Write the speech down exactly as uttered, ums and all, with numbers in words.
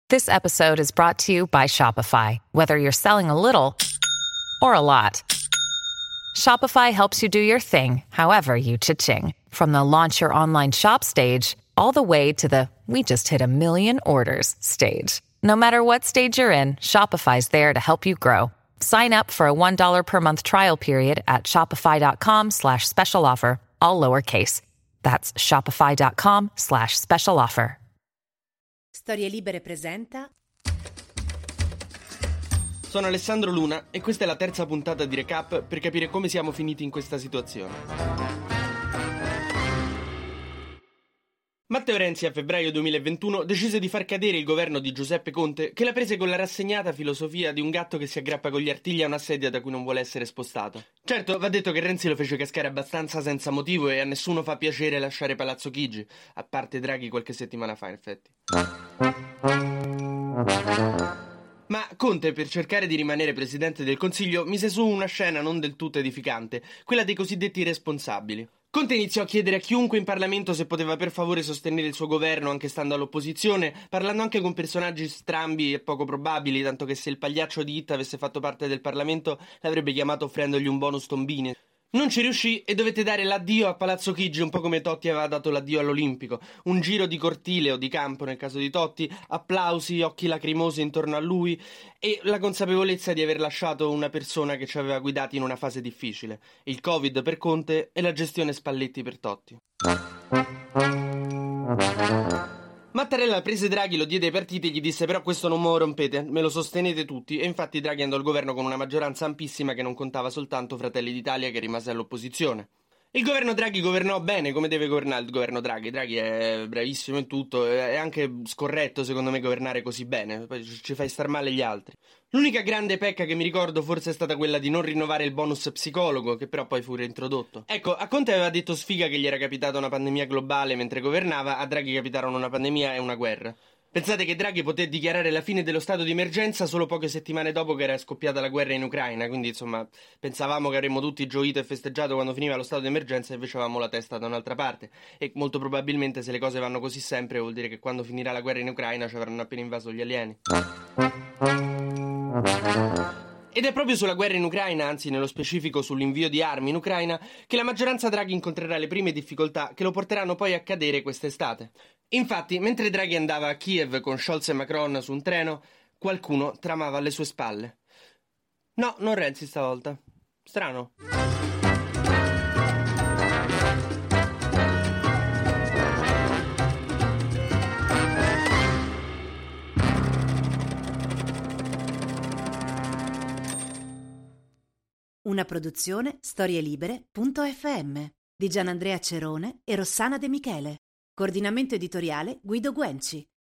This episode is brought to you by Shopify. Whether you're selling a little or a lot, Shopify helps you do your thing, however you cha-ching. From the launch your online shop stage, all the way to the we just hit a million orders stage. No matter what stage you're in, Shopify's there to help you grow. Sign up for a one dollar per month trial period at shopify.com slash special offer, all lowercase. That's shopify.com slash special offer. Storie Libere presenta. Sono Alessandro Luna e questa è la terza puntata di Recap per capire come siamo finiti in questa situazione. Matteo Renzi a febbraio duemilaventuno decise di far cadere il governo di Giuseppe Conte, che la prese con la rassegnata filosofia di un gatto che si aggrappa con gli artigli a una sedia da cui non vuole essere spostato. Certo, va detto che Renzi lo fece cascare abbastanza senza motivo e a nessuno fa piacere lasciare Palazzo Chigi, a parte Draghi qualche settimana fa in effetti. Ma Conte, per cercare di rimanere presidente del Consiglio, mise su una scena non del tutto edificante, quella dei cosiddetti responsabili. Conte iniziò a chiedere a chiunque in Parlamento se poteva per favore sostenere il suo governo anche stando all'opposizione, parlando anche con personaggi strambi e poco probabili, tanto che se il pagliaccio di It avesse fatto parte del Parlamento l'avrebbe chiamato offrendogli un bonus Tombini. Non ci riuscì e dovette dare l'addio a Palazzo Chigi, un po' come Totti aveva dato l'addio all'Olimpico. Un giro di cortile o di campo nel caso di Totti, applausi, occhi lacrimosi intorno a lui e la consapevolezza di aver lasciato una persona che ci aveva guidati in una fase difficile. Il Covid per Conte e la gestione Spalletti per Totti. Mattarella prese Draghi, lo diede ai partiti e gli disse: però questo non me lo rompete, me lo sostenete tutti. E infatti Draghi andò al governo con una maggioranza ampissima che non contava soltanto Fratelli d'Italia, che rimase all'opposizione. Il governo Draghi governò bene, come deve governare il governo Draghi. Draghi è bravissimo in tutto, è anche scorretto secondo me governare così bene, poi ci fai star male gli altri. L'unica grande pecca che mi ricordo forse è stata quella di non rinnovare il bonus psicologo, che però poi fu reintrodotto. Ecco, a Conte aveva detto sfiga che gli era capitata una pandemia globale mentre governava, a Draghi capitarono una pandemia e una guerra. Pensate che Draghi poté dichiarare la fine dello stato di emergenza solo poche settimane dopo che era scoppiata la guerra in Ucraina, quindi insomma pensavamo che avremmo tutti gioito e festeggiato quando finiva lo stato di emergenza e invece avevamo la testa da un'altra parte. E molto probabilmente se le cose vanno così sempre vuol dire che quando finirà la guerra in Ucraina ci avranno appena invaso gli alieni. Ed è proprio sulla guerra in Ucraina, anzi nello specifico sull'invio di armi in Ucraina, che la maggioranza Draghi incontrerà le prime difficoltà che lo porteranno poi a cadere quest'estate. Infatti, mentre Draghi andava a Kiev con Scholz e Macron su un treno, qualcuno tramava alle sue spalle. No, non Renzi stavolta. Strano. Una produzione storielibere punto effe emme di Gianandrea Cerone e Rossana De Michele. Coordinamento editoriale Guido Guenci.